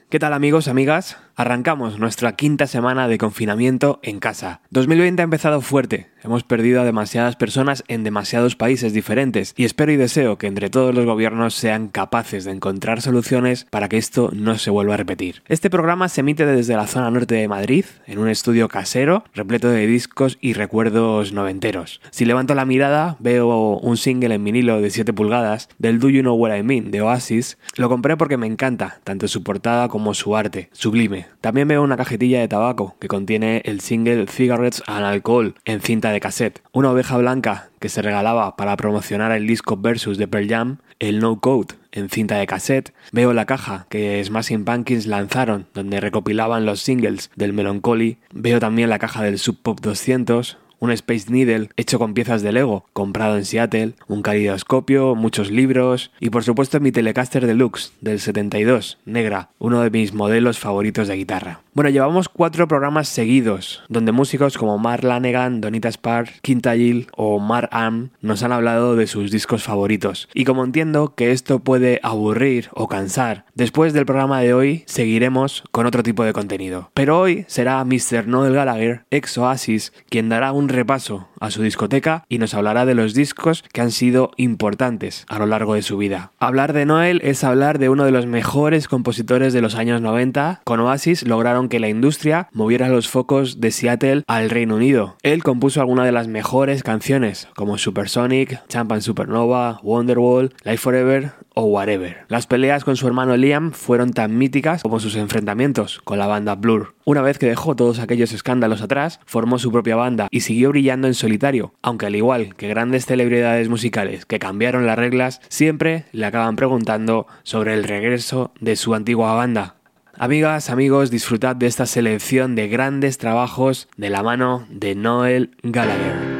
¿Qué tal amigos, amigas? Arrancamos nuestra quinta semana de confinamiento en casa. 2020 ha empezado fuerte, hemos perdido a demasiadas personas en demasiados países diferentes y espero y deseo que entre todos los gobiernos sean capaces de encontrar soluciones para que esto no se vuelva a repetir. Este programa se emite desde la zona norte de Madrid, en un estudio casero, repleto de discos y recuerdos noventeros. Si levanto la mirada, veo un single en vinilo de 7 pulgadas del Do You Know What I Mean de Oasis. Lo compré porque me encanta, tanto su portada como su arte, sublime. También veo una cajetilla de tabaco que contiene el single Cigarettes and Alcohol en cinta de cassette, una oveja blanca que se regalaba para promocionar el disco Versus de Pearl Jam, el No Code en cinta de cassette, veo la caja que Smashing Pumpkins lanzaron donde recopilaban los singles del Melancholy, veo también la caja del Sub Pop 200, un Space Needle hecho con piezas de Lego, comprado en Seattle, un calidoscopio, muchos libros y por supuesto mi Telecaster Deluxe del 72, negra, uno de mis modelos favoritos de guitarra. Bueno, llevamos 4 programas seguidos, donde músicos como Mark Lanegan, Donita Sparks, Quinta Gill o Mark Arm nos han hablado de sus discos favoritos. Y como entiendo que esto puede aburrir o cansar, después del programa de hoy seguiremos con otro tipo de contenido. Pero hoy será Mr. Noel Gallagher, ex Oasis, quien dará un repaso a su discoteca y nos hablará de los discos que han sido importantes a lo largo de su vida. Hablar de Noel es hablar de uno de los mejores compositores de los años 90. Con Oasis lograron que la industria moviera los focos de Seattle al Reino Unido. Él compuso algunas de las mejores canciones como Supersonic, Champagne Supernova, Wonderwall, Life Forever o Whatever. Las peleas con su hermano Liam fueron tan míticas como sus enfrentamientos con la banda Blur. Una vez que dejó todos aquellos escándalos atrás, formó su propia banda y siguió brillando en solitario, aunque al igual que grandes celebridades musicales que cambiaron las reglas, siempre le acaban preguntando sobre el regreso de su antigua banda. Amigas, amigos, disfrutad de esta selección de grandes trabajos de la mano de Noel Gallagher.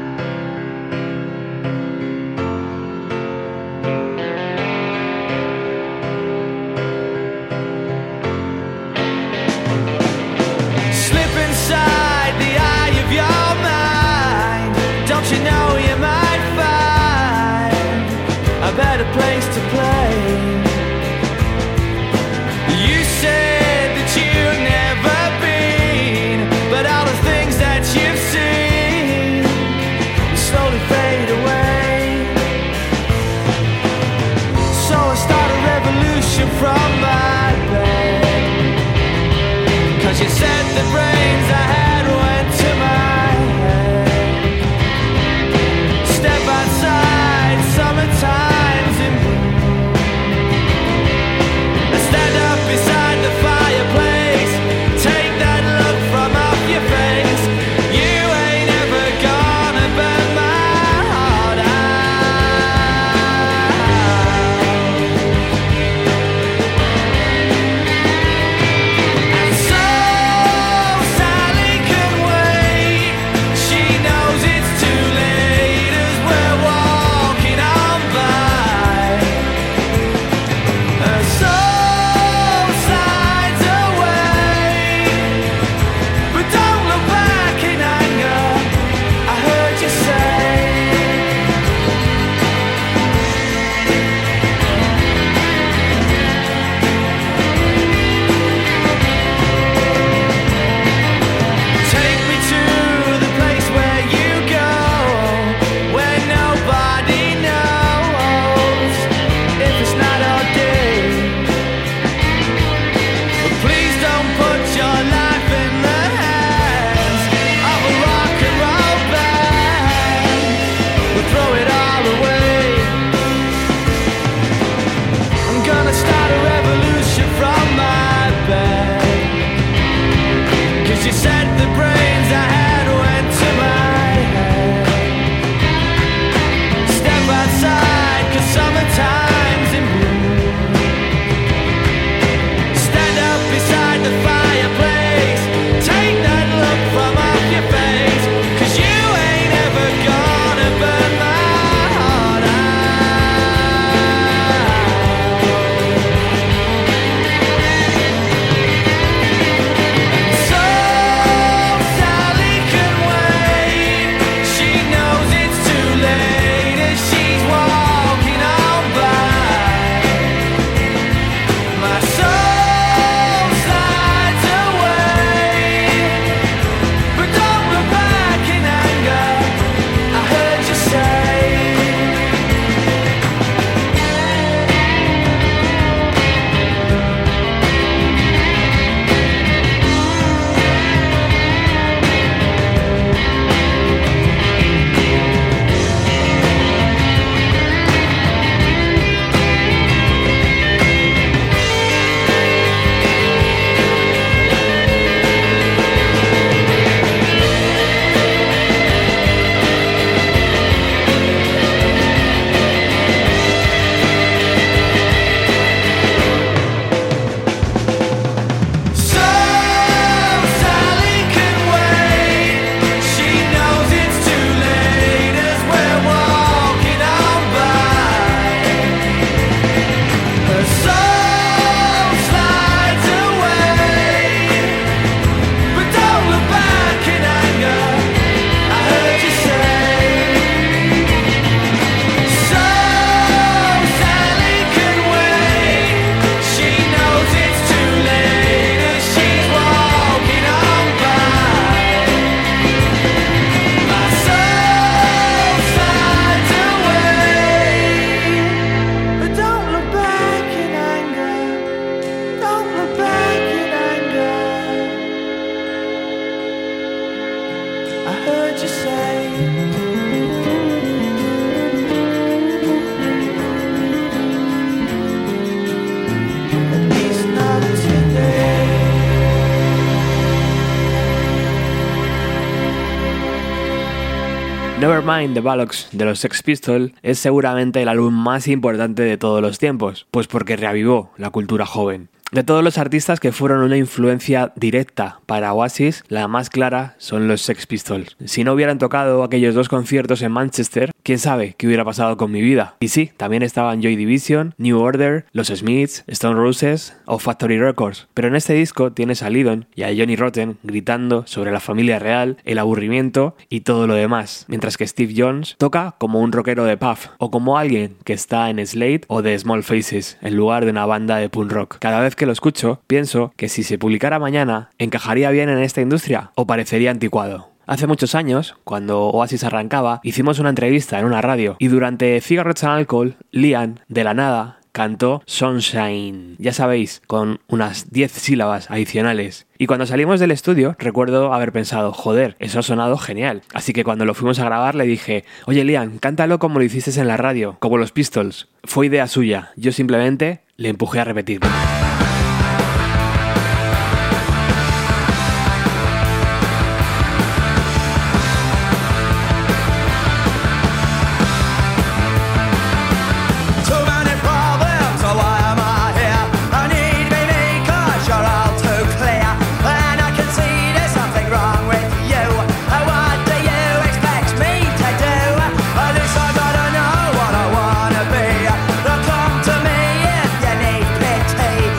Nevermind the Bollocks de los Sex Pistols es seguramente el álbum más importante de todos los tiempos, pues porque reavivó la cultura joven. De todos los artistas que fueron una influencia directa para Oasis, la más clara son los Sex Pistols. Si no hubieran tocado aquellos 2 conciertos en Manchester, quién sabe qué hubiera pasado con mi vida. Y sí, también estaban Joy Division, New Order, los Smiths, Stone Roses o Factory Records. Pero en este disco tienes a Lydon y a Johnny Rotten gritando sobre la familia real, el aburrimiento y todo lo demás, mientras que Steve Jones toca como un rockero de pub o como alguien que está en Slade o The Small Faces en lugar de una banda de punk rock. Cada vez que lo escucho, pienso que si se publicara mañana, ¿encajaría bien en esta industria o parecería anticuado? Hace muchos años, cuando Oasis arrancaba, hicimos una entrevista en una radio y durante Cigarettes and Alcohol, Liam, de la nada, cantó Sunshine, ya sabéis, con unas 10 sílabas adicionales. Y cuando salimos del estudio, recuerdo haber pensado, joder, eso ha sonado genial. Así que cuando lo fuimos a grabar le dije, oye Liam, cántalo como lo hiciste en la radio, como los Pistols. Fue idea suya, yo simplemente le empujé a repetirlo. Come to me if you need pity.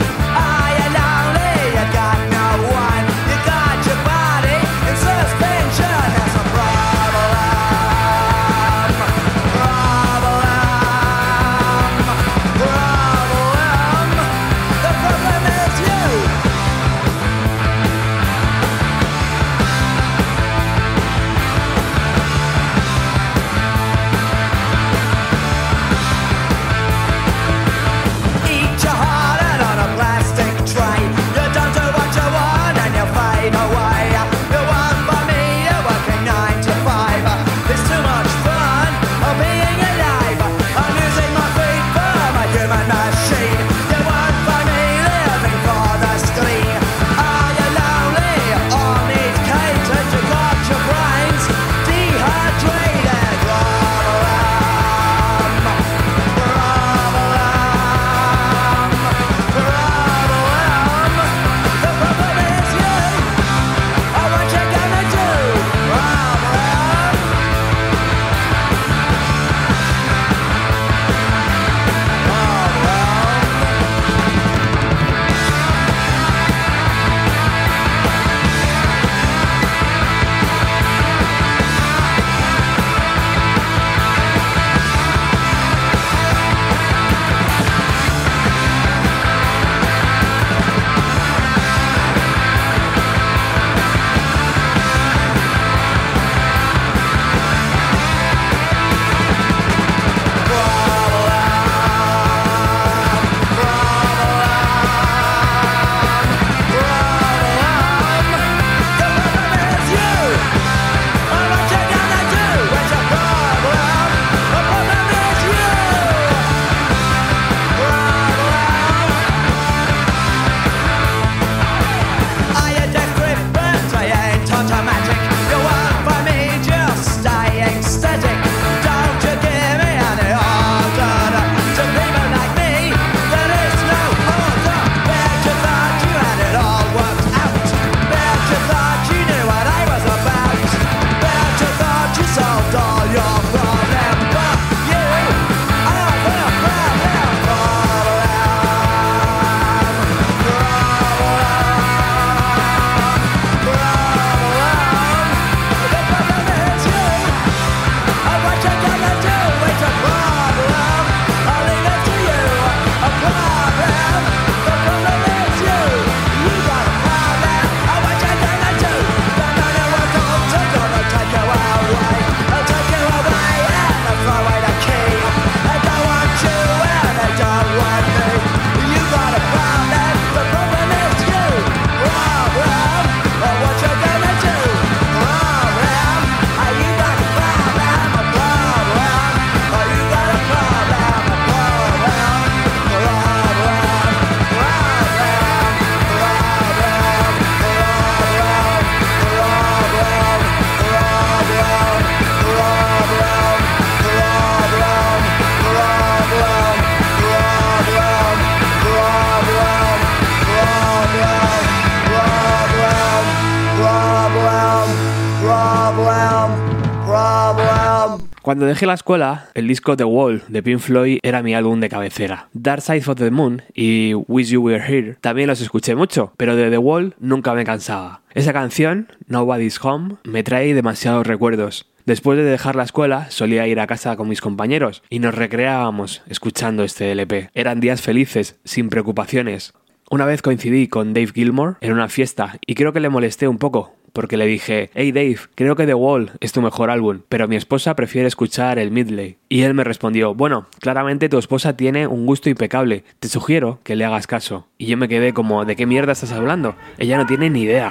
Cuando dejé la escuela, el disco The Wall de Pink Floyd era mi álbum de cabecera. Dark Side of the Moon y Wish You Were Here también los escuché mucho, pero de The Wall nunca me cansaba. Esa canción, Nobody's Home, me trae demasiados recuerdos. Después de dejar la escuela, solía ir a casa con mis compañeros y nos recreábamos escuchando este LP. Eran días felices, sin preocupaciones. Una vez coincidí con Dave Gilmour en una fiesta y creo que le molesté un poco, porque le dije: «Hey Dave, creo que The Wall es tu mejor álbum, pero mi esposa prefiere escuchar el Medley». Y él me respondió: «Bueno, claramente tu esposa tiene un gusto impecable, te sugiero que le hagas caso». Y yo me quedé como: «¿De qué mierda estás hablando? Ella no tiene ni idea».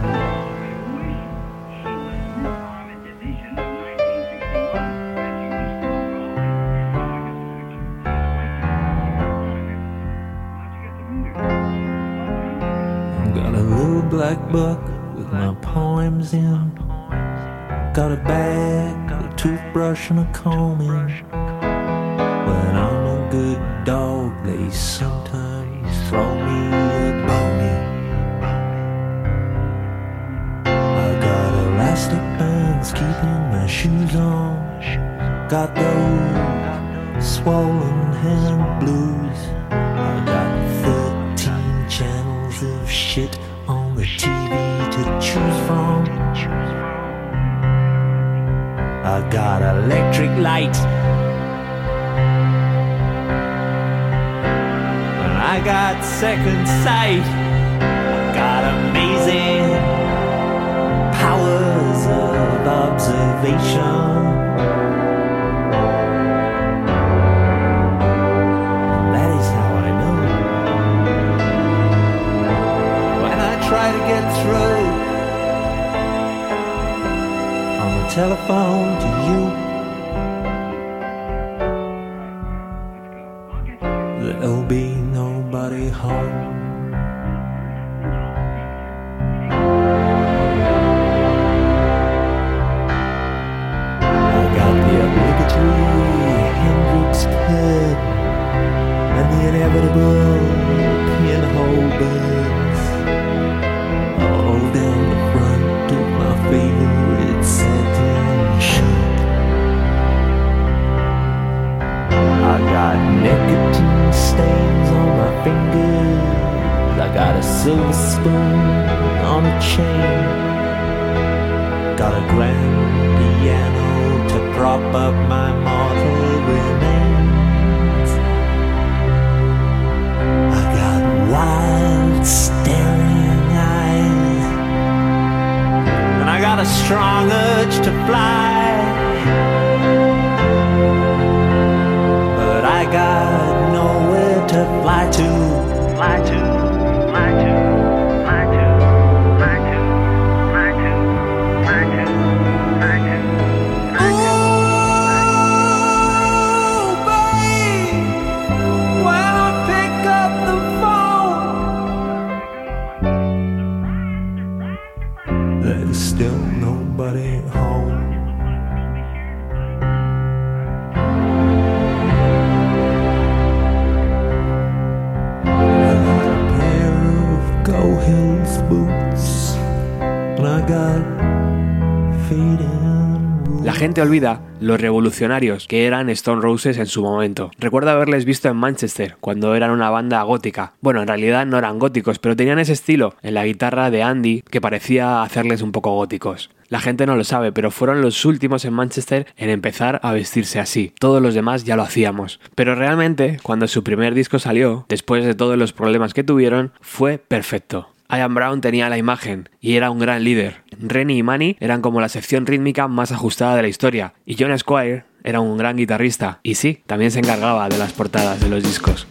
Black book with my poems in. Got a bag, a toothbrush and a comb in. When I'm a good dog, they sometimes throw me a bone. I got elastic bands keeping my shoes on. Got those swollen hand blues. I got 13 channels of shit on the TV to choose from. I got electric light, and I got second sight. I got amazing powers of observation. Try to get through on the telephone to you. There'll be nobody home. I got the obligatory Hendrix pen and the inevitable pinhole burns all down the front of my favorite satin shirt. I got nicotine stains on my fingers. I got a silver spoon on a chain. Got a grand piano to prop up my mortal remains. I got wild staring eyes, and I got a strong urge to fly, but I got nowhere to fly to, fly to, fly to. La gente olvida los revolucionarios que eran Stone Roses en su momento. Recuerdo haberles visto en Manchester, cuando eran una banda gótica. Bueno, en realidad no eran góticos, pero tenían ese estilo en la guitarra de Andy que parecía hacerles un poco góticos. La gente no lo sabe, pero fueron los últimos en Manchester en empezar a vestirse así. Todos los demás ya lo hacíamos. Pero realmente, cuando su primer disco salió, después de todos los problemas que tuvieron, fue perfecto. Ian Brown tenía la imagen y era un gran líder. Rennie y Manny eran como la sección rítmica más ajustada de la historia. Y John Squire era un gran guitarrista. Y sí, también se encargaba de las portadas de los discos.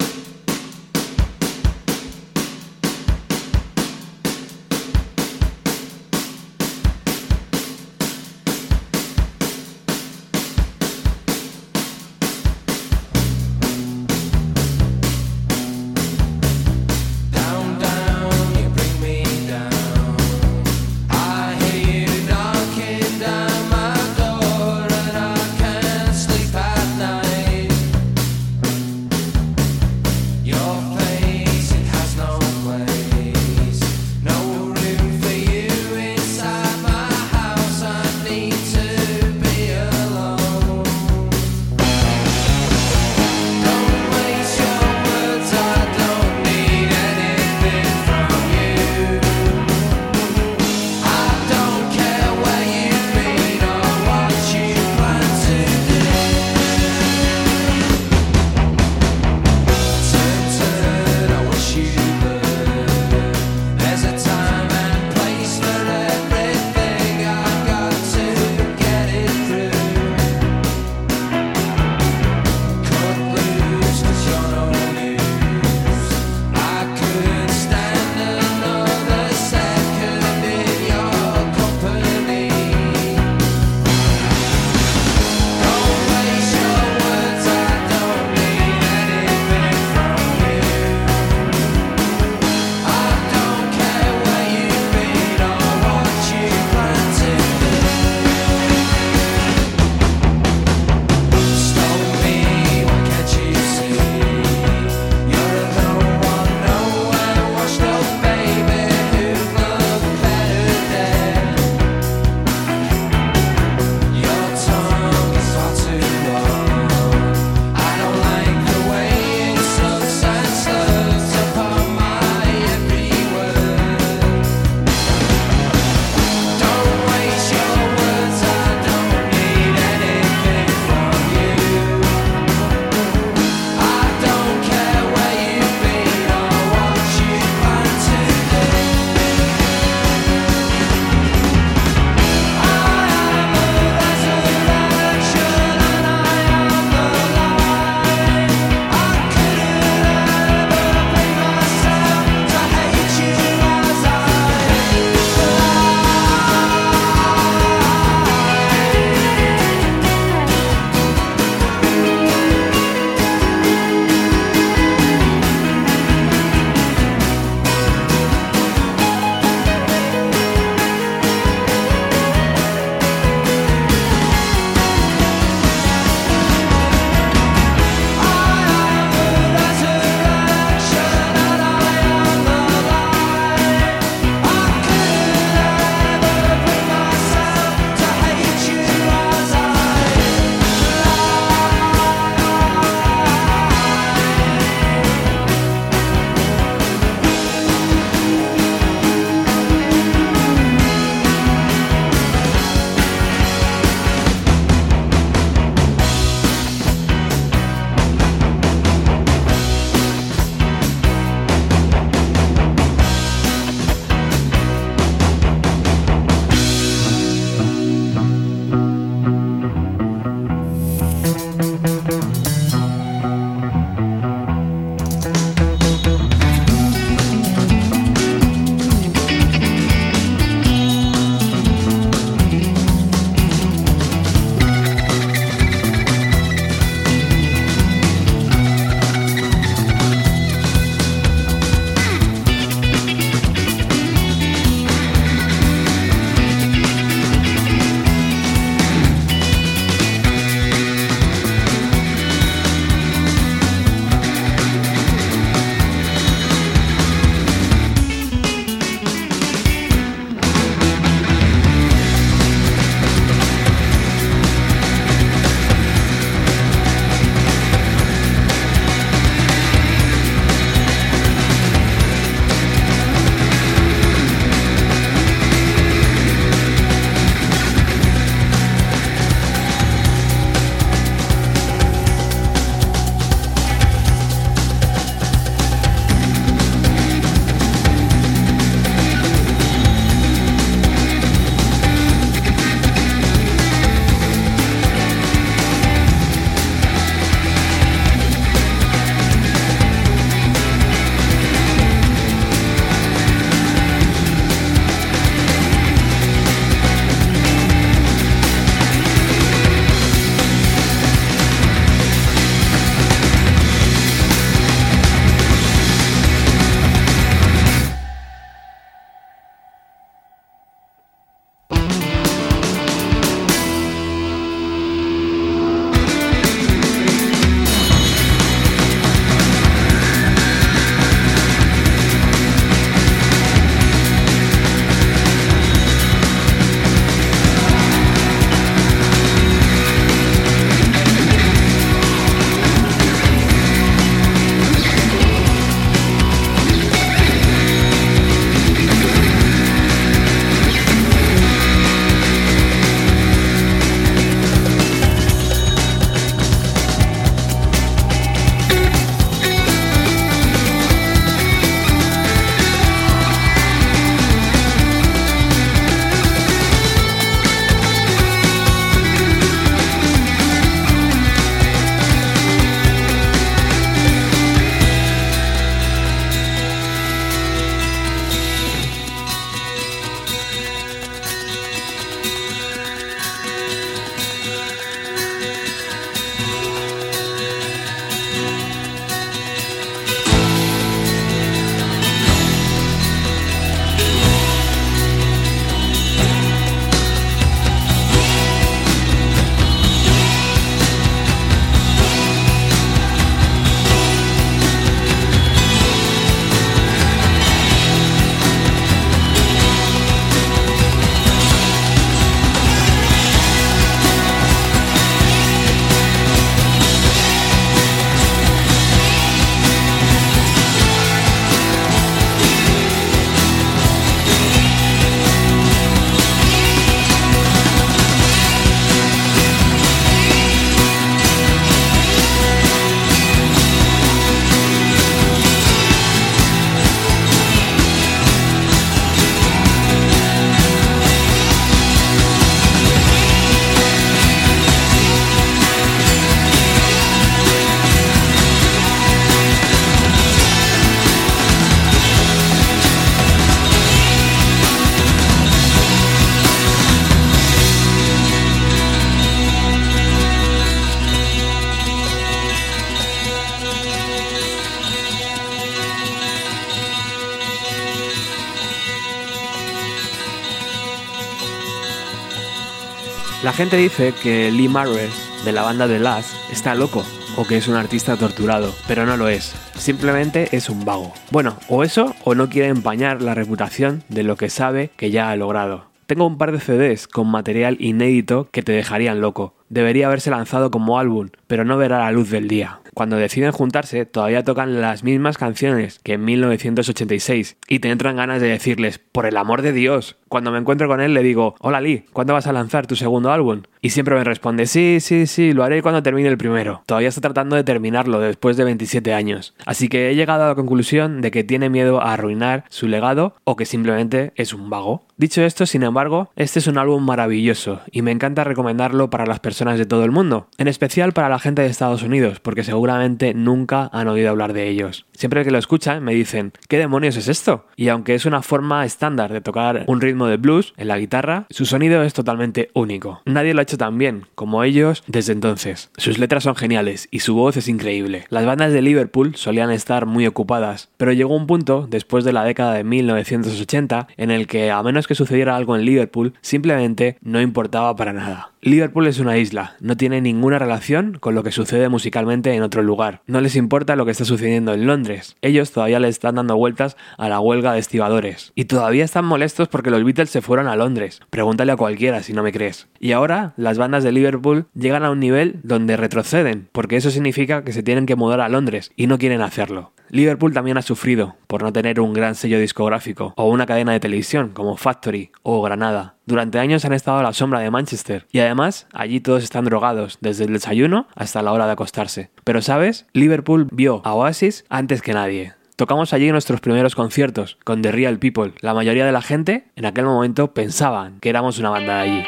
La gente dice que Lee Marver, de la banda The Last, está loco o que es un artista torturado, pero no lo es. Simplemente es un vago. Bueno, o eso o no quiere empañar la reputación de lo que sabe que ya ha logrado. Tengo un par de CDs con material inédito que te dejarían loco. Debería haberse lanzado como álbum, pero no verá la luz del día. Cuando deciden juntarse, todavía tocan las mismas canciones que en 1986 y te entran ganas de decirles, por el amor de Dios. Cuando me encuentro con él le digo, hola Lee, ¿cuándo vas a lanzar tu segundo álbum? Y siempre me responde, sí, lo haré cuando termine el primero. Todavía está tratando de terminarlo después de 27 años. Así que he llegado a la conclusión de que tiene miedo a arruinar su legado o que simplemente es un vago. Dicho esto, sin embargo, este es un álbum maravilloso y me encanta recomendarlo para las personas de todo el mundo, en especial para la gente de Estados Unidos, porque seguramente nunca han oído hablar de ellos. Siempre que lo escuchan me dicen, ¿qué demonios es esto? Y aunque es una forma estándar de tocar un ritmo de blues en la guitarra, su sonido es totalmente único. Nadie lo ha hecho tan bien como ellos desde entonces. Sus letras son geniales y su voz es increíble. Las bandas de Liverpool solían estar muy ocupadas, pero llegó un punto, después de la década de 1980, en el que, a menos que sucediera algo en Liverpool, simplemente no importaba para nada. Liverpool es una isla, no tiene ninguna relación con lo que sucede musicalmente en otro lugar. No les importa lo que está sucediendo en Londres. Ellos todavía le están dando vueltas a la huelga de estibadores. Y todavía están molestos porque los Beatles se fueron a Londres. Pregúntale a cualquiera si no me crees. Y ahora las bandas de Liverpool llegan a un nivel donde retroceden, porque eso significa que se tienen que mudar a Londres y no quieren hacerlo. Liverpool también ha sufrido por no tener un gran sello discográfico o una cadena de televisión como Factory o Granada. Durante años han estado a la sombra de Manchester y además allí todos están drogados desde el desayuno hasta la hora de acostarse. Pero ¿sabes? Liverpool vio a Oasis antes que nadie. Tocamos allí nuestros primeros conciertos con The Real People. La mayoría de la gente en aquel momento pensaban que éramos una banda de allí.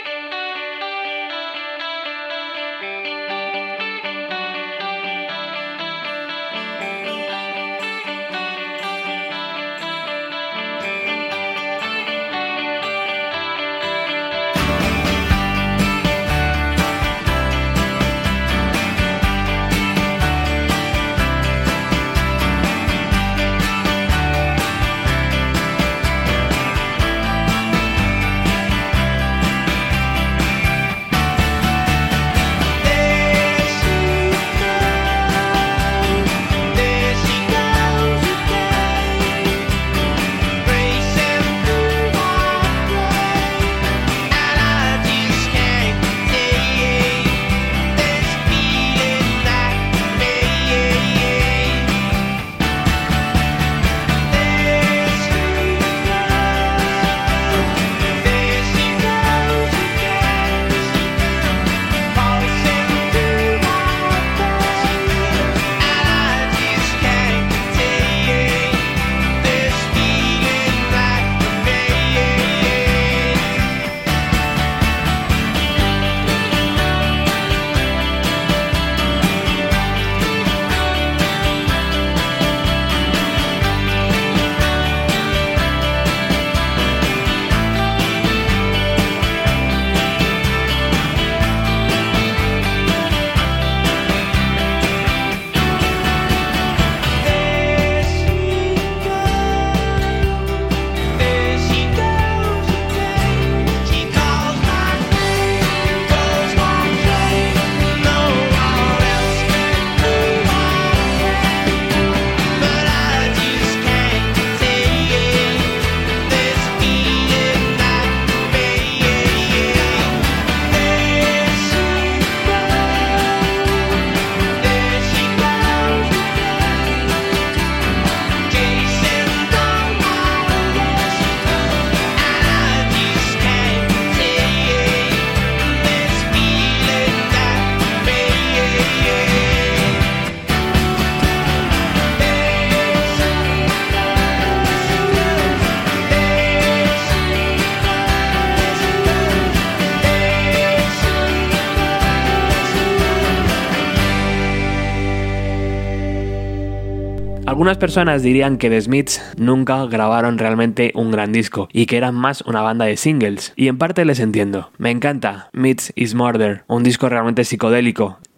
Algunas personas dirían que The Smiths nunca grabaron realmente un gran disco y que eran más una banda de singles, y en parte les entiendo. Me encanta Myth is Murder, un disco realmente psicodélico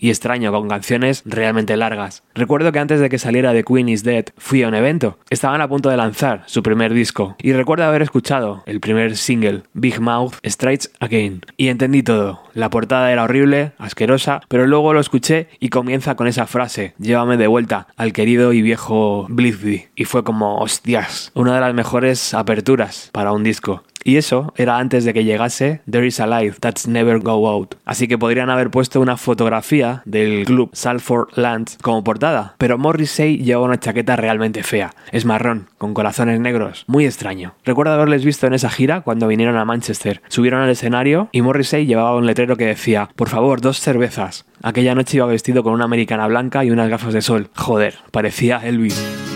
y extraño con canciones realmente largas. Recuerdo que antes de que saliera The Queen is Dead fui a un evento. Estaban a punto de lanzar su primer disco y recuerdo haber escuchado el primer single, Big Mouth Strikes Again, y entendí todo. La portada era horrible, asquerosa, pero luego lo escuché y comienza con esa frase: llévame de vuelta al querido y viejo Blitheby, y fue como hostias, una de las mejores aperturas para un disco. Y eso era antes de que llegase There Is a Light That's Never Go Out. Así que podrían haber puesto una fotografía del club Salford Lands como portada. Pero Morrissey lleva una chaqueta realmente fea. Es marrón, con corazones negros. Muy extraño. Recuerdo haberles visto en esa gira cuando vinieron a Manchester. Subieron al escenario y Morrissey llevaba un letrero que decía: por favor, 2 cervezas. Aquella noche iba vestido con una americana blanca y unas gafas de sol. Joder, parecía Elvis.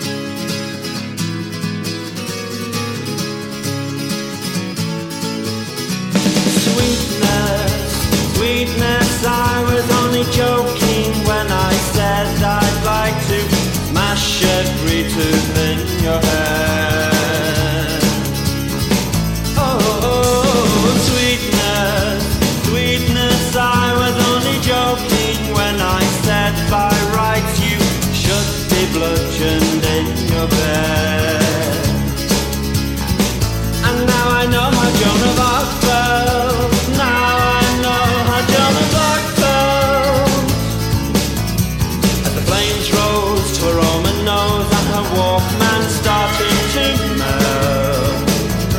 I was only joking when I said I'd like to mash every tooth in your head. Oh, sweetness, sweetness, I was only joking when I said by rights you should be bludgeoned in your bed. And now I know how Joan of Arc felt. Now I know how Joan of Arc felt. As the flames rose to her Roman nose and her Walkman started to melt.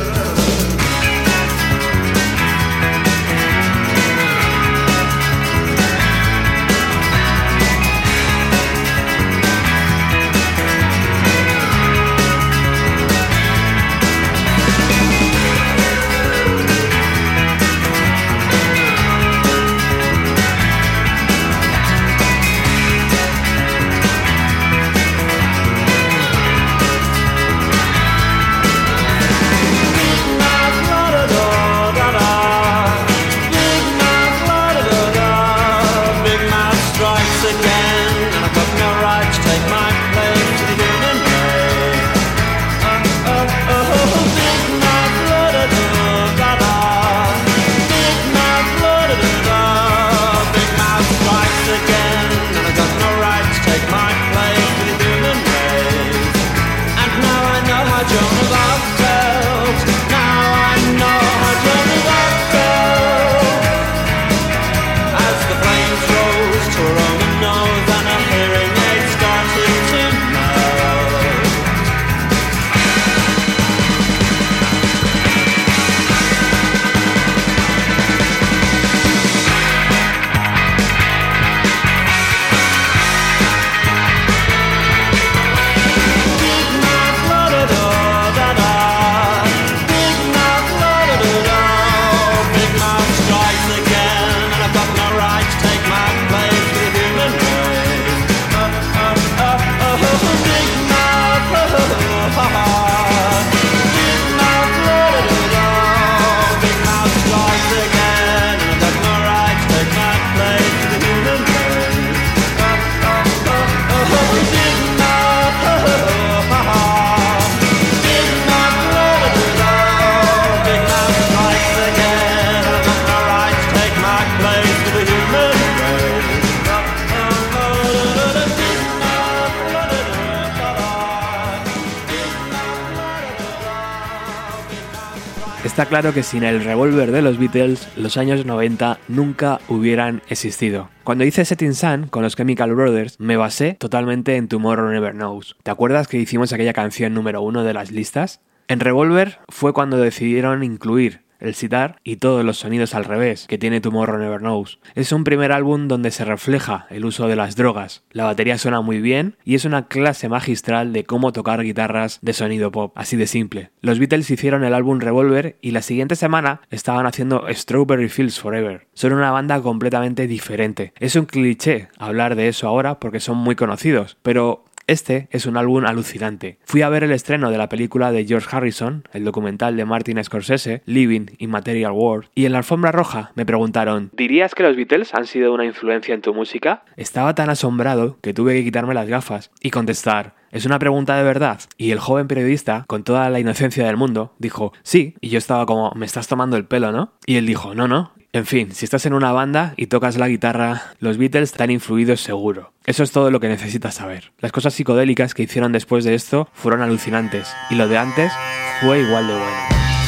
Está claro que sin el revólver de los Beatles, los años 90 nunca hubieran existido. Cuando hice Setting Sun con los Chemical Brothers, me basé totalmente en Tomorrow Never Knows. ¿Te acuerdas que hicimos aquella canción número 1 de las listas? En Revolver fue cuando decidieron incluir el sitar y todos los sonidos al revés que tiene Tomorrow Never Knows. Es un primer álbum donde se refleja el uso de las drogas. La batería suena muy bien y es una clase magistral de cómo tocar guitarras de sonido pop, así de simple. Los Beatles hicieron el álbum Revolver y la siguiente semana estaban haciendo Strawberry Fields Forever. Son una banda completamente diferente. Es un cliché hablar de eso ahora porque son muy conocidos, pero este es un álbum alucinante. Fui a ver el estreno de la película de George Harrison, el documental de Martin Scorsese, Living in Material World, y en la alfombra roja me preguntaron: ¿dirías que los Beatles han sido una influencia en tu música? Estaba tan asombrado que tuve que quitarme las gafas y contestar: ¿es una pregunta de verdad? Y el joven periodista, con toda la inocencia del mundo, dijo: sí, y yo estaba como: me estás tomando el pelo, ¿no? Y él dijo: no, En fin, si estás en una banda y tocas la guitarra, los Beatles te han influido seguro. Eso es todo lo que necesitas saber. Las cosas psicodélicas que hicieron después de esto fueron alucinantes, y lo de antes fue igual de bueno.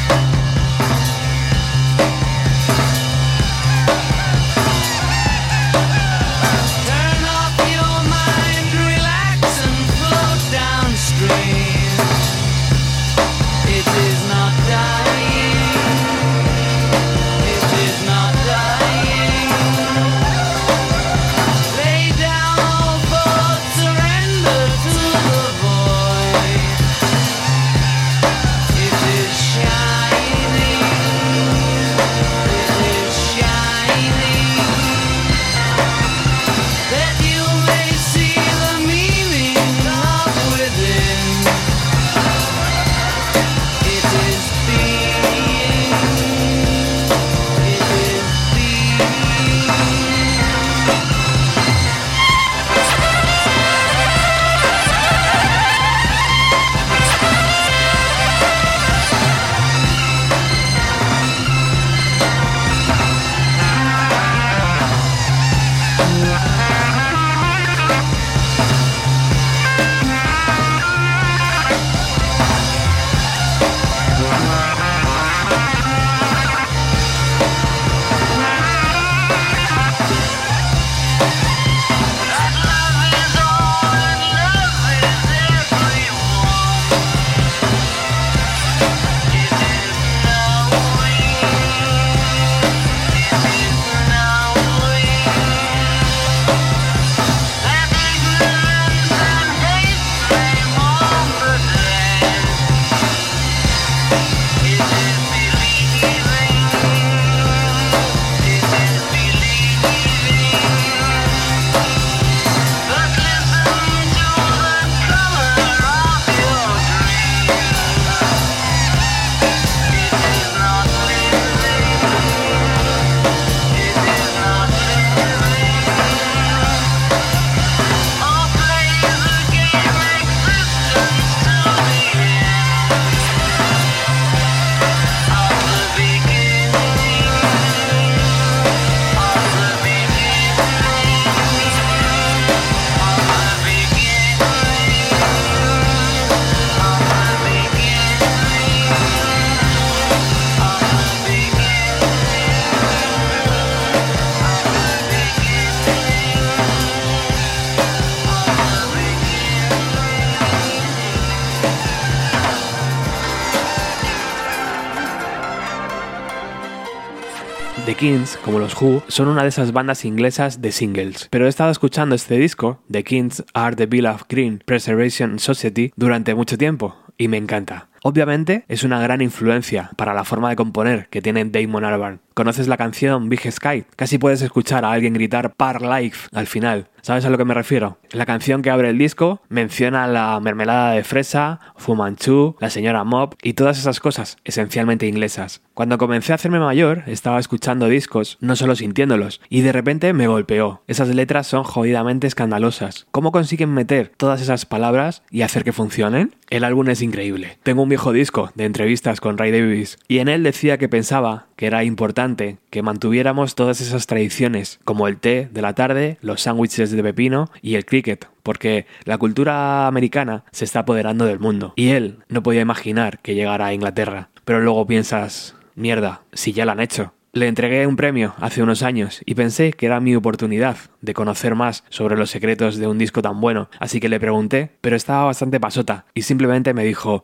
The Kings, como los Who, son una de esas bandas inglesas de singles. Pero he estado escuchando este disco, The Kings Are the Bill of Green Preservation Society, durante mucho tiempo, y me encanta. Obviamente es una gran influencia para la forma de componer que tiene Damon Albarn. ¿Conoces la canción Big Sky? Casi puedes escuchar a alguien gritar Park Life al final. ¿Sabes a lo que me refiero? La canción que abre el disco menciona la mermelada de fresa, Fu Manchu, la señora Mop y todas esas cosas esencialmente inglesas. Cuando comencé a hacerme mayor, estaba escuchando discos, no solo sintiéndolos, y de repente me golpeó. Esas letras son jodidamente escandalosas. ¿Cómo consiguen meter todas esas palabras y hacer que funcionen? El álbum es increíble. Tengo un viejo disco de entrevistas con Ray Davies y en él decía que pensaba que era importante que mantuviéramos todas esas tradiciones, como el té de la tarde, los sándwiches de pepino y el cricket, porque la cultura americana se está apoderando del mundo. Y él no podía imaginar que llegara a Inglaterra. Pero luego piensas, mierda, si ya lo han hecho. Le entregué un premio hace unos años y pensé que era mi oportunidad de conocer más sobre los secretos de un disco tan bueno, así que le pregunté, pero estaba bastante pasota y simplemente me dijo,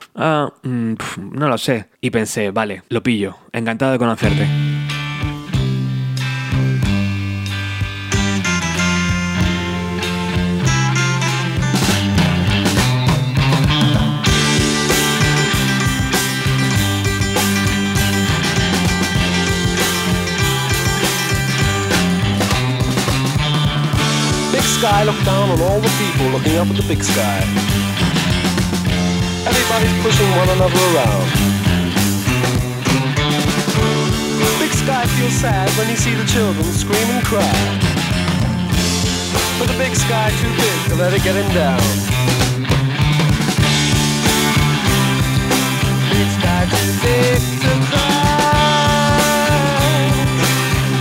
no lo sé. Y pensé, vale, lo pillo, encantado de conocerte. Sky, look down on all the people looking up at the big sky. Everybody's pushing one another around. Big sky feels sad when you see the children scream and cry. But the big sky too big to let it get him down. Big sky too big to cry.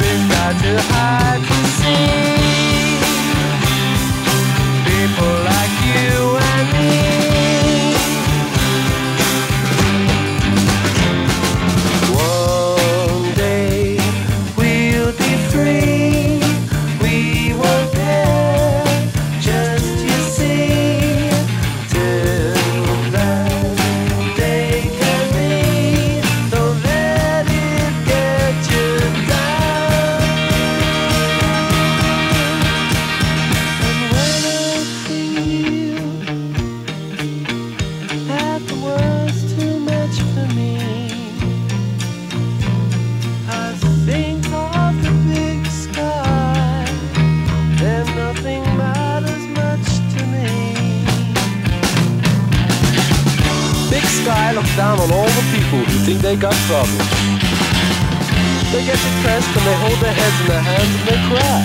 they got problems. They get depressed and they hold their heads in their hands and they cry.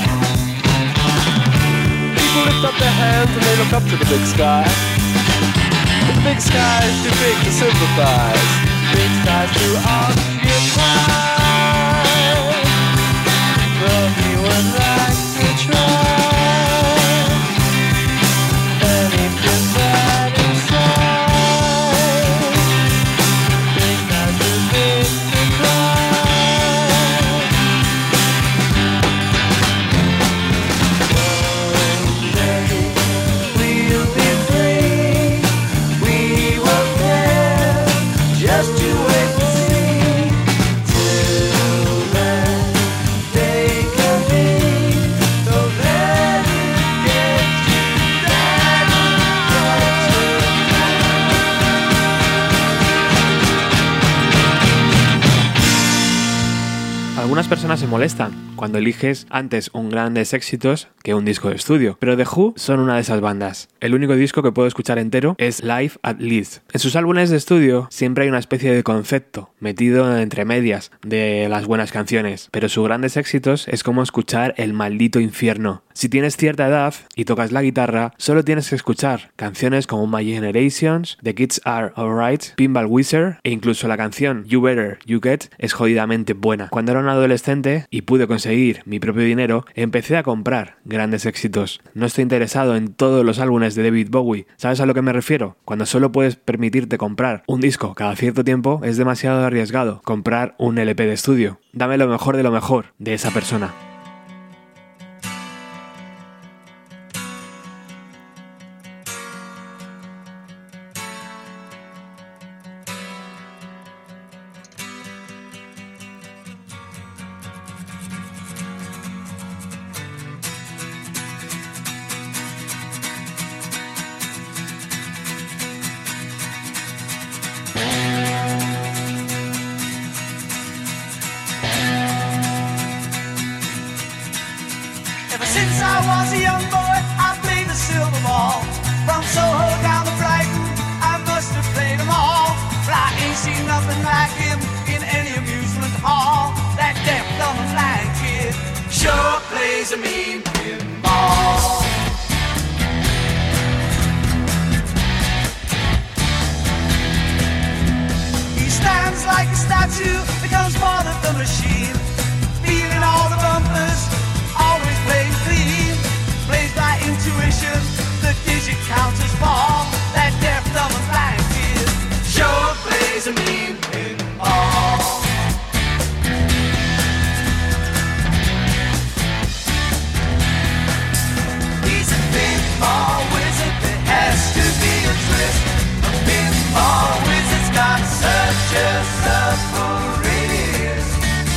People lift up their hands and they look up to the big sky. But the big sky is too big to sympathize. Big sky's too occupied. But he would like to try. And he feels bad inside. Big sky's too big to cry. One day we'll be free. We will care. Just you wait and see. Till then, they can be. So let it get you down. Algunas personas se molestan cuando eliges antes un grandes éxitos que un disco de estudio, pero The Who son una de esas bandas. El único disco que puedo escuchar entero es Live at Leeds. En sus álbumes de estudio siempre hay una especie de concepto metido entre medias de las buenas canciones, pero sus grandes éxitos es como escuchar el maldito infierno. Si tienes cierta edad y tocas la guitarra, solo tienes que escuchar canciones como My Generations, The Kids Are Alright, Pinball Wizard e incluso la canción You Better You Get es jodidamente buena. Cuando era un adolescente y pude conseguir mi propio dinero, empecé a comprar grandes éxitos. No estoy interesado en todos los álbumes de David Bowie. ¿Sabes a lo que me refiero? Cuando solo puedes permitirte comprar un disco cada cierto tiempo, es demasiado arriesgado comprar un LP de estudio. Dame lo mejor de esa persona. Ever since I was a young boy, I played the silver ball. From Soho down to Brighton, I must have played them all. But I ain't seen nothing like him in any amusement hall. That deaf, dumb, and blind kid sure plays a mean pinball. He stands like a statue, becomes part of the machine, feeling all the bumpers, always playing clean. Plays by intuition, the digit counters fall. That deaf, dumb, and blind kid sure plays a mean pinball. He's a pinball wizard, there has to be a twist. A pinball wizard's got such a submarine wrist.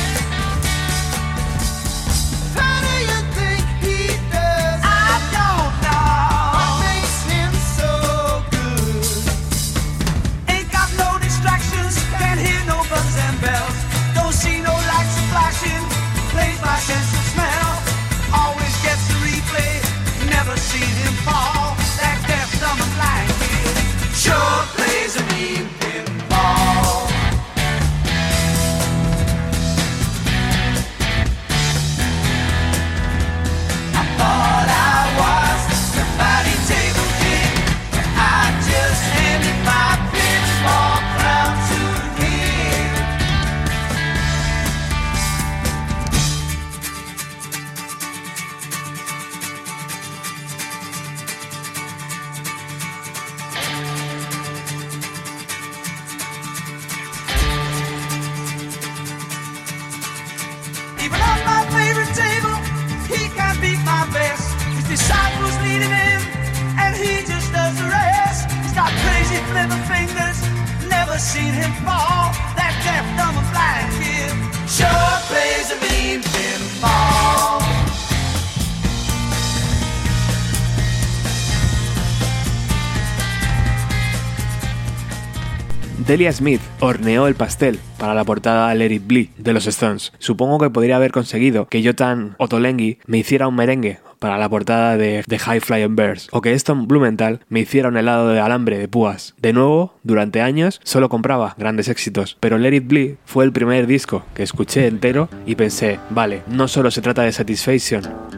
How do you think he does? I don't know. What makes him so good? Ain't got no distractions, can't hear no buzzers and bells. Don't see no lights flashing, plays by sense of smell. Always gets the replay, never seen him fall. That deaf, dumb, and blind kid sure plays a mean pinball. I thought I was the mighty table king, but I just handed my pinball crown to him. Even on my favorite table, he can't beat my best. His disciples lead him in, and he just does the rest. He's got crazy flipper fingers, never seen him fall. That deaf, dumb, and blind kid sure plays a mean pinball. Delia Smith horneó el pastel para la portada Let It Bleed de los Stones. Supongo que podría haber conseguido que Yotam Ottolenghi me hiciera un merengue para la portada de The High Flying Birds, o que Stone Blumenthal me hiciera un helado de alambre de púas. De nuevo, durante años solo compraba grandes éxitos, pero Let It Bleed fue el primer disco que escuché entero y pensé, vale, no solo se trata de Satisfaction.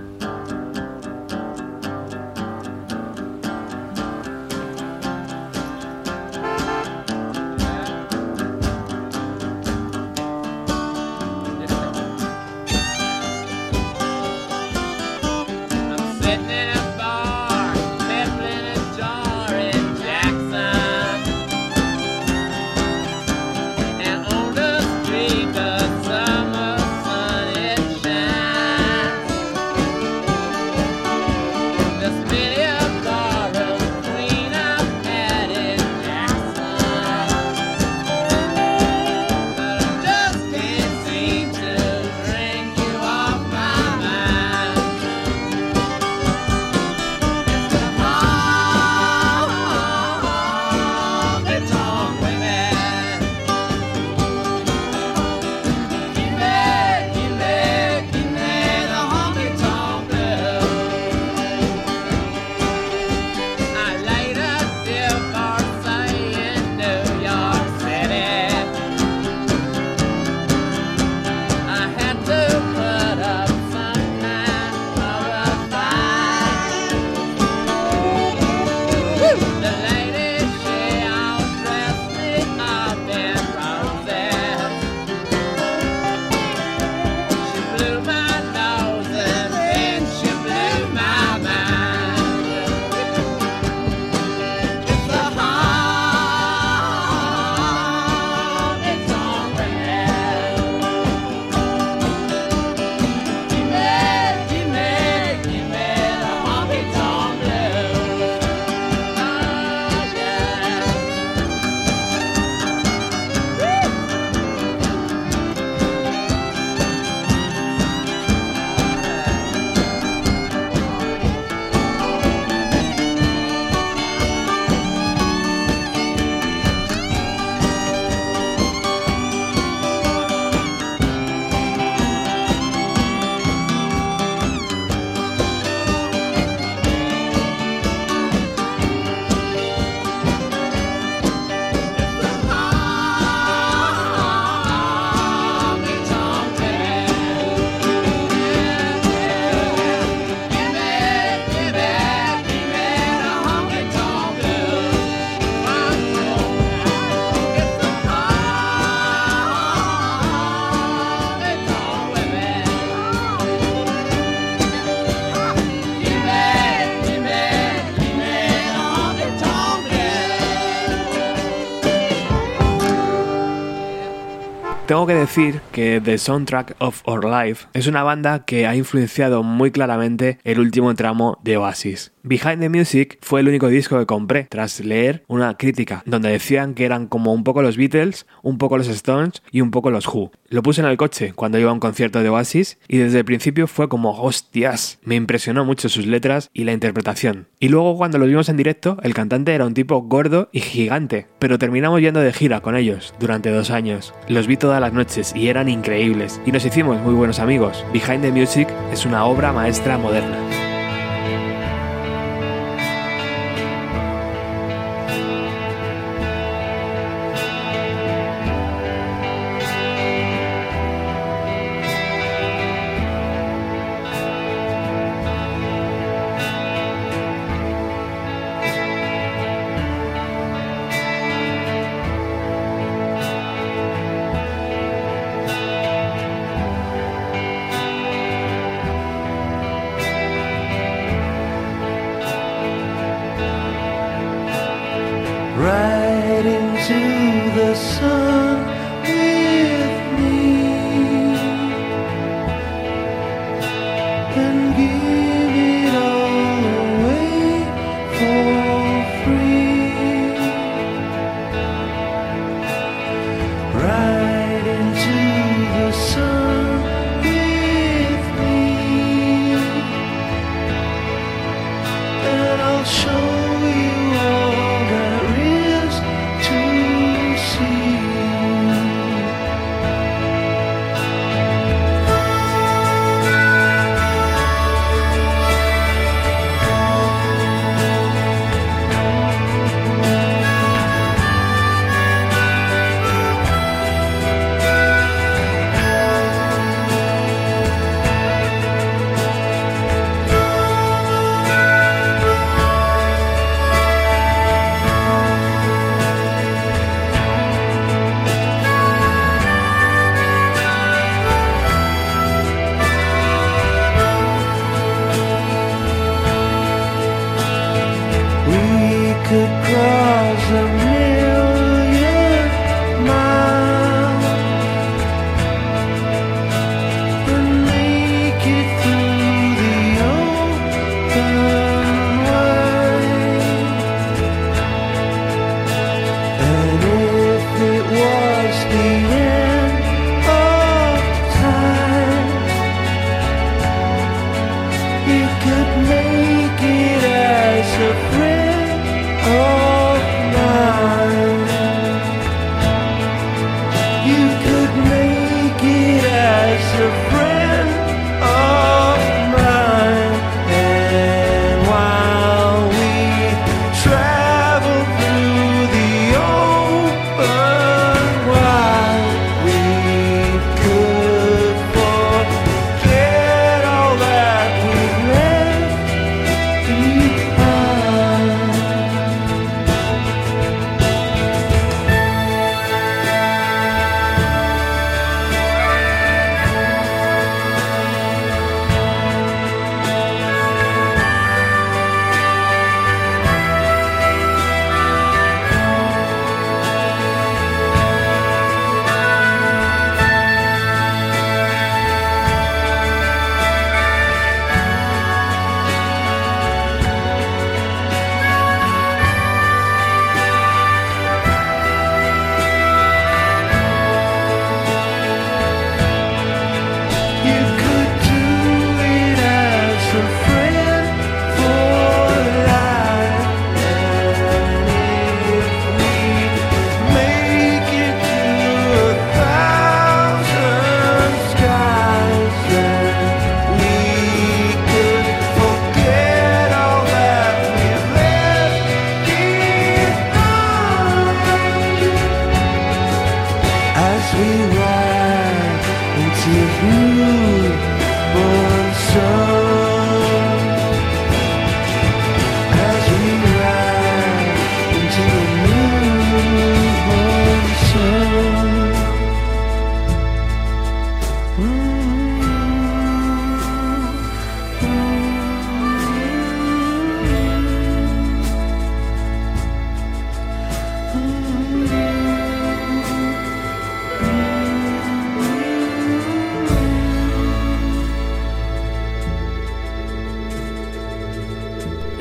Tengo que decir que The Soundtrack of Our Life es una banda que ha influenciado muy claramente el último tramo de Oasis. Behind the Music fue el único disco que compré tras leer una crítica donde decían que eran como un poco los Beatles, un poco los Stones y un poco los Who. Lo puse en el coche cuando iba a un concierto de Oasis y desde el principio fue como hostias, me impresionó mucho sus letras y la interpretación. Y luego cuando los vimos en directo, el cantante era un tipo gordo y gigante, pero terminamos yendo de gira con ellos durante 2 años. Los vi todas las noches y eran increíbles y nos hicimos muy buenos amigos. Behind the Music es una obra maestra moderna.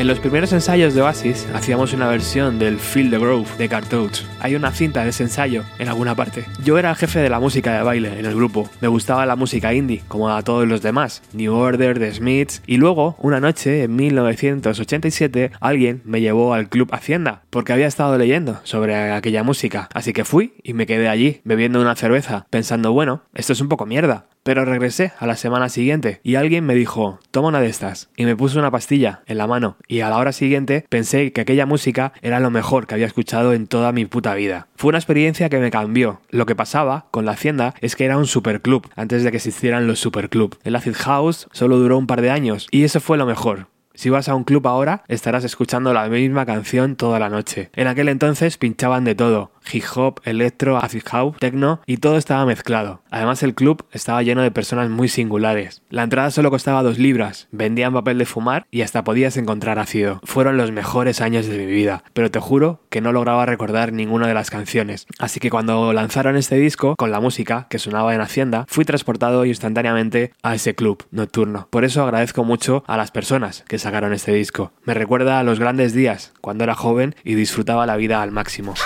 En los primeros ensayos de Oasis hacíamos una versión del Feel the Groove de Cartouche. Hay una cinta de ese ensayo en alguna parte. Yo era el jefe de la música de baile en el grupo. Me gustaba la música indie, como a todos los demás. New Order, The Smiths. Y luego, una noche, en 1987, alguien me llevó al Club Hacienda, porque había estado leyendo sobre aquella música. Así que fui y me quedé allí, bebiendo una cerveza, pensando, bueno, esto es un poco mierda. Pero regresé a la semana siguiente y alguien me dijo, toma una de estas, y me puso una pastilla en la mano, y a la hora siguiente pensé que aquella música era lo mejor que había escuchado en toda mi puta vida. Fue una experiencia que me cambió. Lo que pasaba con la Hacienda es que era un superclub, antes de que existieran los superclub. El Acid House solo duró un par de años, y eso fue lo mejor. Si vas a un club ahora, estarás escuchando la misma canción toda la noche. En aquel entonces pinchaban de todo. Hip hop, electro, acid house, techno y todo estaba mezclado. Además el club estaba lleno de personas muy singulares. La entrada solo costaba 2 libras, vendían papel de fumar y hasta podías encontrar ácido. Fueron los mejores años de mi vida, pero te juro que no lograba recordar ninguna de las canciones. Así que cuando lanzaron este disco, con la música que sonaba en Hacienda, fui transportado instantáneamente a ese club nocturno. Por eso agradezco mucho a las personas que sacaron este disco. Me recuerda a los grandes días, cuando era joven y disfrutaba la vida al máximo.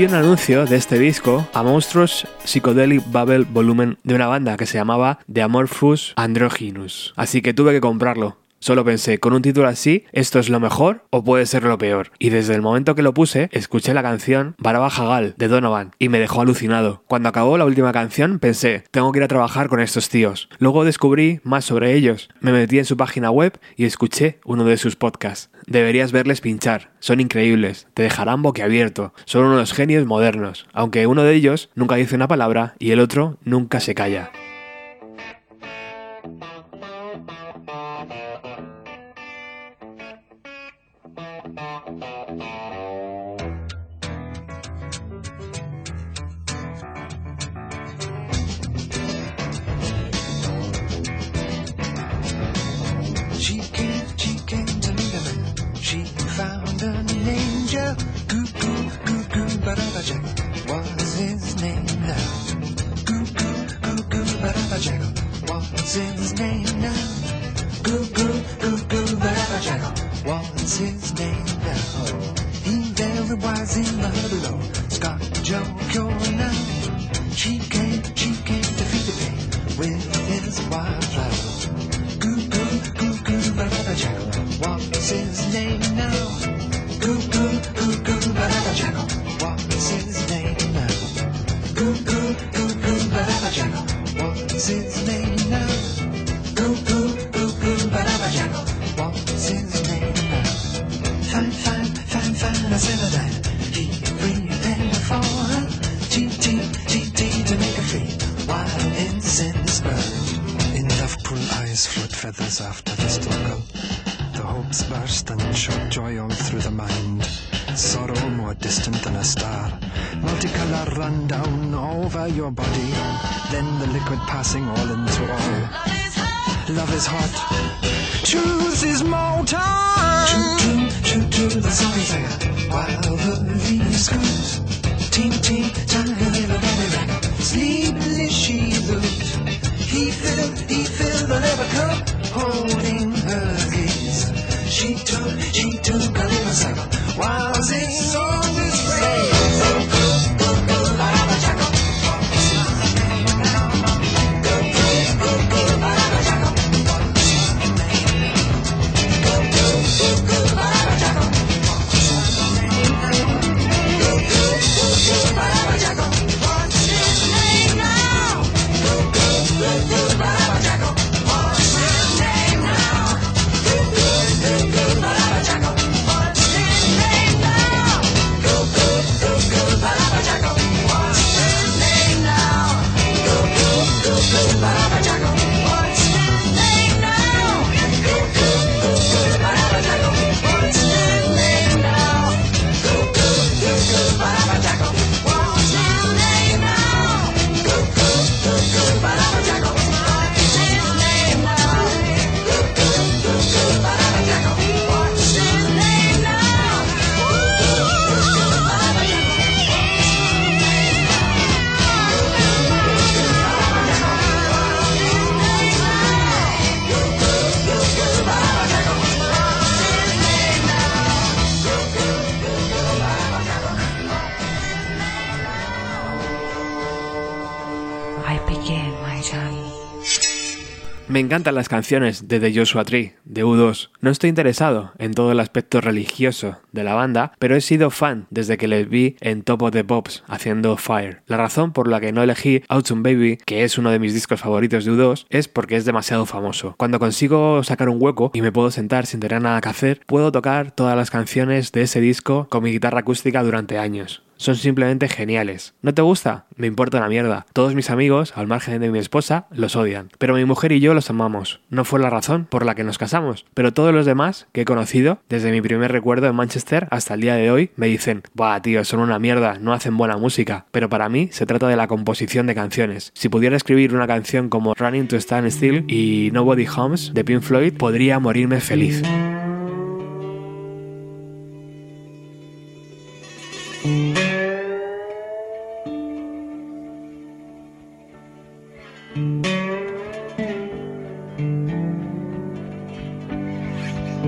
Vi un anuncio de este disco, A Monstrous Psychedelic Bubble Volumen, de una banda que se llamaba The Amorphous Androgynous, así que tuve que comprarlo. Solo pensé, con un título así, ¿esto es lo mejor o puede ser lo peor? Y desde el momento que lo puse, escuché la canción Baraba Jagal de Donovan y me dejó alucinado. Cuando acabó la última canción, pensé, tengo que ir a trabajar con estos tíos. Luego descubrí más sobre ellos. Me metí en su página web y escuché uno de sus podcasts. Deberías verles pinchar, son increíbles, te dejarán boquiabierto, son unos genios modernos, aunque uno de ellos nunca dice una palabra y el otro nunca se calla. She came to meet a man. She found an angel. Goo goo goo goo, Baraba Jack was his name now. Goo goo goo goo, Baraba Jack was his name now. Goo goo goo goo, Baraba Jack was his name now. He very wise in the below. Scott Joe Cure now. She came to feed the pain with his wildflower. Goo goo goo goo, Baraba Jack was his name now. Goo goo goo goo, Baraba Jack was his name now. Goo goo goo goo, Baraba Jack was his name now. Goo goo goo goo, Baraba Jack was his name now. Fine, fine, fine, fine, I said that he prepared for her. T to make her free while incense burned. In Lovepool eyes float feathers after the struggle. The hopes burst and shot joy all through the mind. Sorrow more distant than a star. Multicolour run down over your body. Then the liquid passing all into all. Love is hot. Truth is molten. True, the song is there. While the leaves scoot. Teeny, tiny little belly rack. Sleepily she looked. He filled the leather cup, holding her gaze. She took a little cycle while singing songs this phrase. Me encantan las canciones de The Joshua Tree, de U2. No estoy interesado en todo el aspecto religioso de la banda, pero he sido fan desde que les vi en Top of the Pops haciendo Fire. La razón por la que no elegí Autumn Baby, que es uno de mis discos favoritos de U2, es porque es demasiado famoso. Cuando consigo sacar un hueco y me puedo sentar sin tener nada que hacer, puedo tocar todas las canciones de ese disco con mi guitarra acústica durante años. Son simplemente geniales. ¿No te gusta? Me importa una mierda. Todos mis amigos, al margen de mi esposa, los odian. Pero mi mujer y yo los amamos. No fue la razón por la que nos casamos. Pero todos los demás que he conocido, desde mi primer recuerdo en Manchester hasta el día de hoy, me dicen: «Buah, tío, son una mierda, no hacen buena música». Pero para mí se trata de la composición de canciones. Si pudiera escribir una canción como Running to Stand Still y Nobody Homes de Pink Floyd, podría morirme feliz.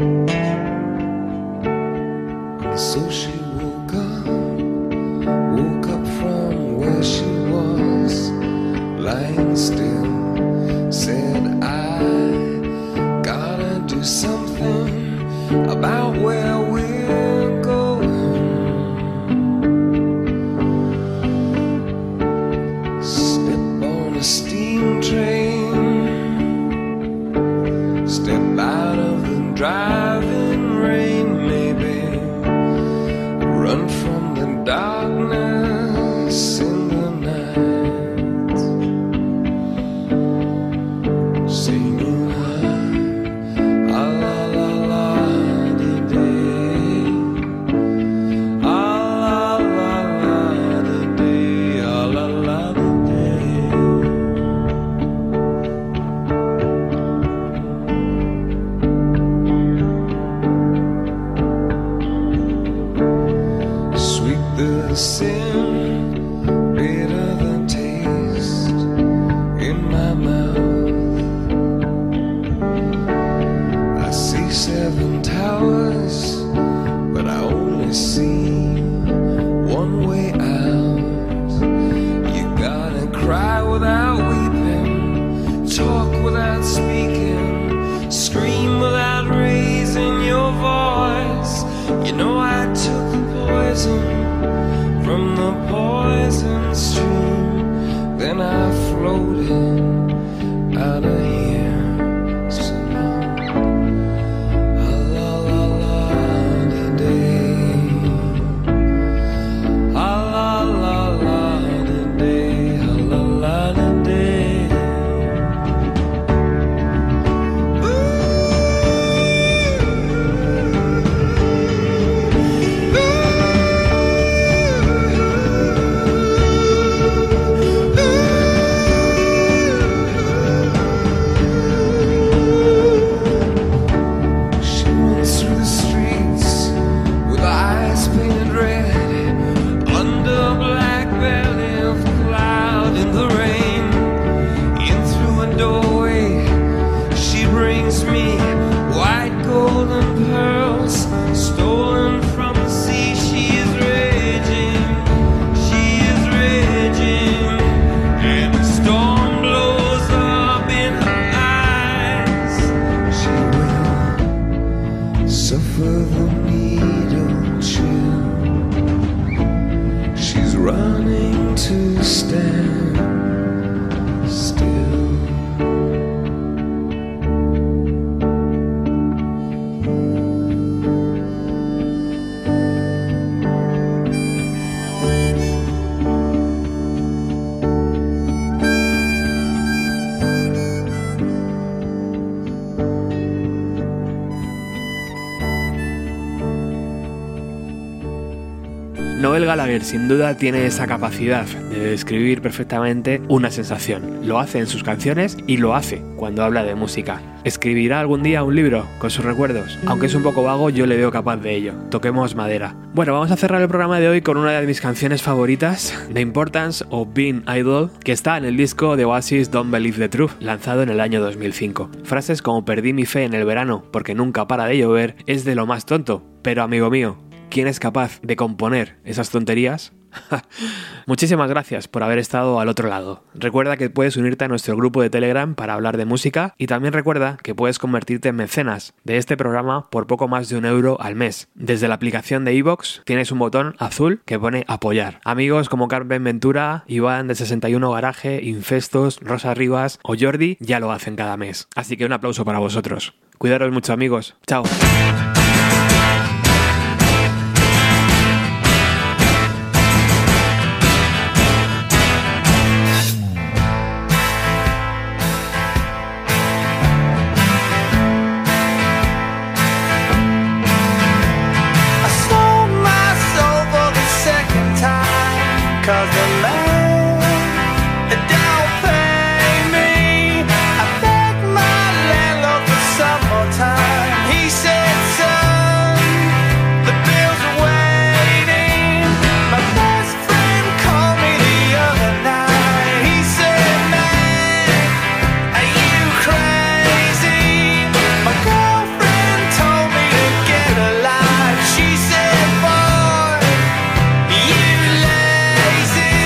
So she woke up driving rain, maybe run from the darkness in the night, singing high, ah la la la dee dee, ah la la la dee dee, ah la la dee dee. Sweet the sin, bitter the taste in my mouth. I see 7 towers, but I only see one way out. You gotta cry without weeping, talk without speaking, scream without raising your voice. You know I took the poison from the poison stream, then I floated out of here. So now, ah la la la dee dee, ah la la la dee dee, ah la la dee dee. She runs through the streets with eyes painted red, under a black belly of cloud in the rain. In through a doorway, she brings me white golden pearls, stolen from the sea. She is raging, and the storm blows up in her eyes. She will suffer the needle chill. She's running to stand still. Noel Gallagher sin duda tiene esa capacidad de describir perfectamente una sensación. Lo hace en sus canciones y lo hace cuando habla de música. ¿Escribirá algún día un libro con sus recuerdos? Aunque es un poco vago, yo le veo capaz de ello. Toquemos madera. Bueno, vamos a cerrar el programa de hoy con una de mis canciones favoritas, The Importance of Being Idle, que está en el disco de Oasis Don't Believe the Truth, lanzado en el año 2005. Frases como perdí mi fe en el verano porque nunca para de llover es de lo más tonto, pero amigo mío, ¿quién es capaz de componer esas tonterías? Muchísimas gracias por haber estado al otro lado. Recuerda que puedes unirte a nuestro grupo de Telegram para hablar de música y también recuerda que puedes convertirte en mecenas de este programa por poco más de €1 al mes. Desde la aplicación de iVoox tienes un botón azul que pone apoyar. Amigos como Carmen Ventura, Iván de 61 Garaje, Infestos, Rosa Rivas o Jordi ya lo hacen cada mes. Así que un aplauso para vosotros. Cuidaros mucho, amigos. Chao. I sold my soul for the second time, 'cause the man that don't pay me. I begged my landlord for some more time. He said, son, the bills are waiting. My best friend called me the other night. He said, man, are you crazy? My girlfriend told me to get alive. She said, boy, you lazy.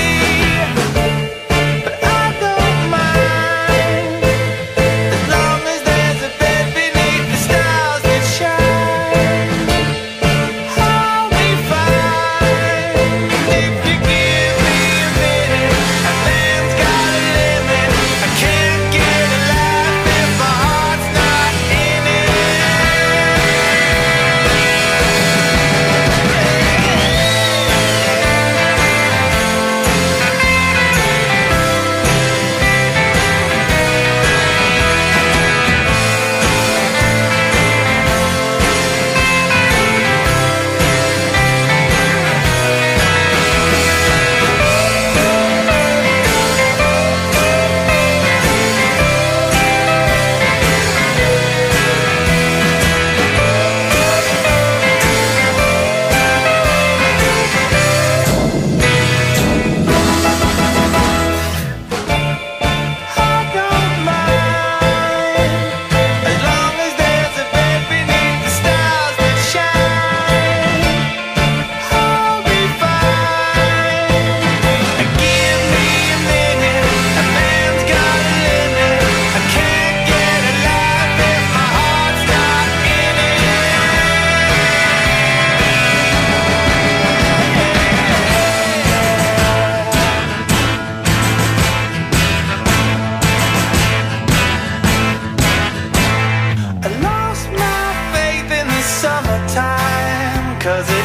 'cause